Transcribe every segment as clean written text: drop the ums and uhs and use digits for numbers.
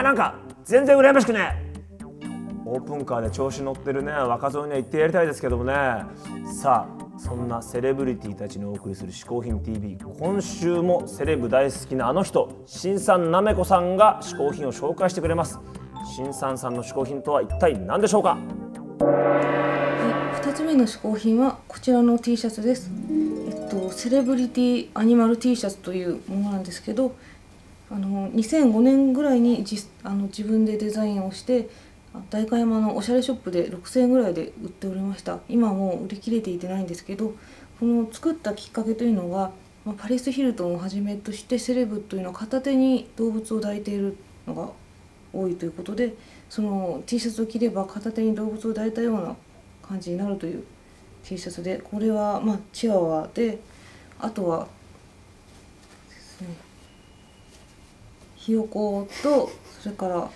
なんか全然羨ましくね。オープンカーで調子乗ってるね若造には言ってやりたいですけどもね。さあそんなセレブリティたちにお送りする嗜好品 TV、 今週もセレブ大好きなあの人、新さんなめこさんが嗜好品を紹介してくれます。新さんの嗜好品とは一体何でしょうか。 はい、2つ目の嗜好品はこちらの T シャツです。セレブリティアニマル T シャツというものなんですけど、2005年ぐらいに自分でデザインをして代官山のおしゃれショップで6000円ぐらいで売っておりました。今はもう売り切れていてないんですけど、この作ったきっかけというのが、パリス・ヒルトンをはじめとしてセレブというのは片手に動物を抱いているのが多いということで、その T シャツを着れば片手に動物を抱いたような感じになるという T シャツで、これはチワワで、あとはですね、ひよことそれから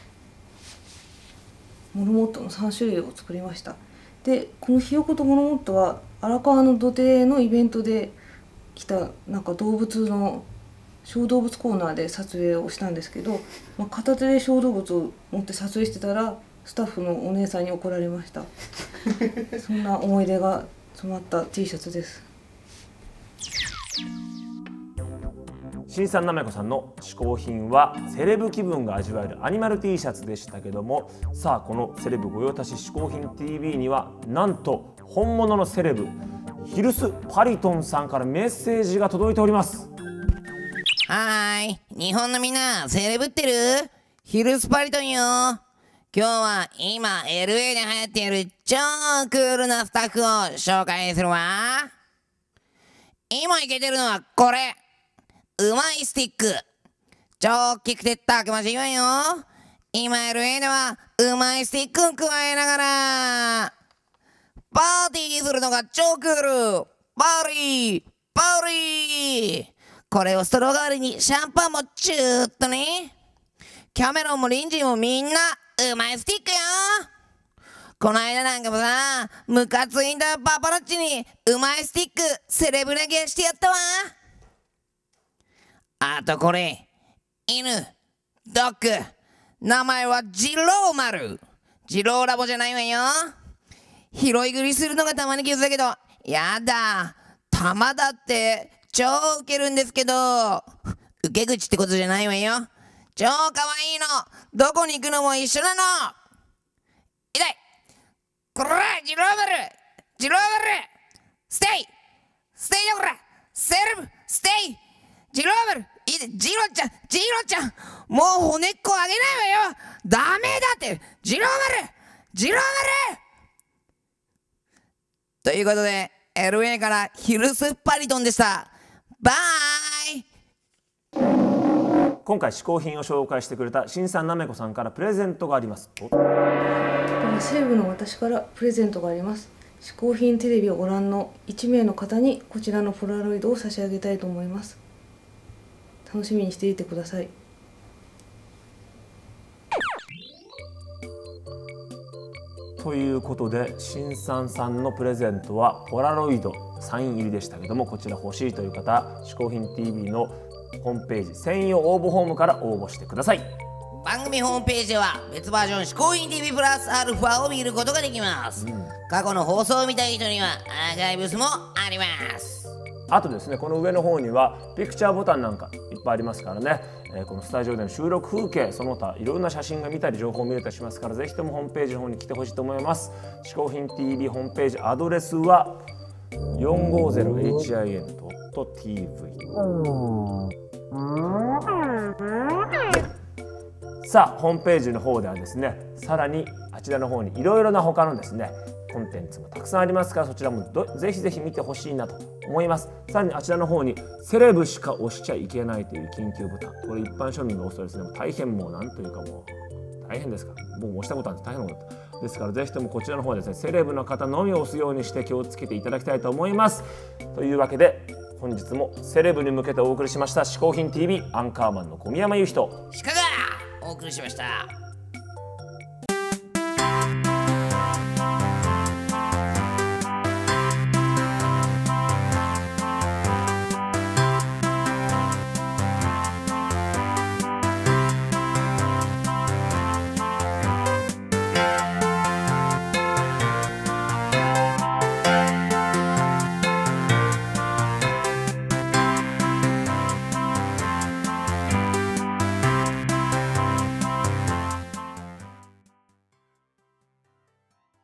モルモットの3種類を作りました。でこのひよことモルモットは荒川の土手のイベントで来た動物の小動物コーナーで撮影をしたんですけど、片手で小動物を持って撮影してたらスタッフのお姉さんに怒られましたそんな思い出が詰まった T シャツです。 新さんなめこさんの嗜好品はセレブ気分が味わえるアニマル T シャツでしたけども、さあこのセレブ御用達嗜好品 TV にはなんと本物のセレブヒルス・パリトンさんからメッセージが届いております。 はーい、日本のみんなセレブってる？ヒルスパリトンよ。今日は今 LA で流行っている超クールなスタッフを紹介するわ。今イケてるのはこれ、うまいスティック。超大きくてたくましいわよ。今 LA ではうまいスティックを加えながらパーティーするのが超クール。パーリーパーリー。これをストロー代わりにシャンパンもチューっとね。キャメロンもリンジーもみんなうまいスティックよ。この間なんかもさ、ムカついたパパラッチにうまいスティックセレブ投げしてやったわ。あとこれ、犬、ドッグ、名前はジローマル。ジローラボじゃないわよ。拾い食いするのがたまにキュだけど、やだ、玉だって超ウケるんですけど、受け口ってことじゃないわよ。超かわいいの。どこに行くのも一緒なの。痛い。こら、ジローマル、ジローマル、ステイ、ステイだこら、セレブ、ステイ、ジローマル、ジロちゃん、ジロちゃん、もう骨っこあげないわよ。ダメだって、ジローマル、ジローマル。ということで LA からヒルスパリトンでした。バイ。 今回嗜好品を紹介してくれた新さんなめこさんからプレゼントがあります。 ではセレブの私からプレゼントがあります。嗜好品テレビをご覧の1名の方にこちらのポラロイドを差し上げたいと思います。楽しみにしていてください。 ということで新さんのプレゼントはポラロイドサイン入りでしたけども、こちら欲しいという方、嗜好品 TV のホームページ専用応募フォームから応募してください。 番組ホームページでは別バージョン嗜好品 TV プラスアルファを見ることができます、過去の放送を見たい人にはアーカイブスもあります。 あとですね、この上の方にはピクチャーボタンなんかいっぱいありますからね、このスタジオでの収録風景その他いろんな写真が見たり情報を見れたりしますから、ぜひともホームページの方に来てほしいと思います。嗜好品 TV ホームページアドレスは 450hin.tv。 さあホームページの方ではですね、さらにあちらの方にいろいろな他のですねコンテンツもたくさんありますから、そちらもぜひぜひ見てほしいなと思います。さらにあちらの方にセレブしか押しちゃいけないという緊急ボタン、これ一般庶民が押すとですね、もう大変もうなんというかもう大変ですから、僕も押したことあって大変なことですから、ぜひともこちらの方はですねセレブの方のみを押すようにして気をつけていただきたいと思います。というわけで本日もセレブに向けてお送りしました嗜好品 TV アンカーマンの小宮山雄人、 鹿がお送りしました。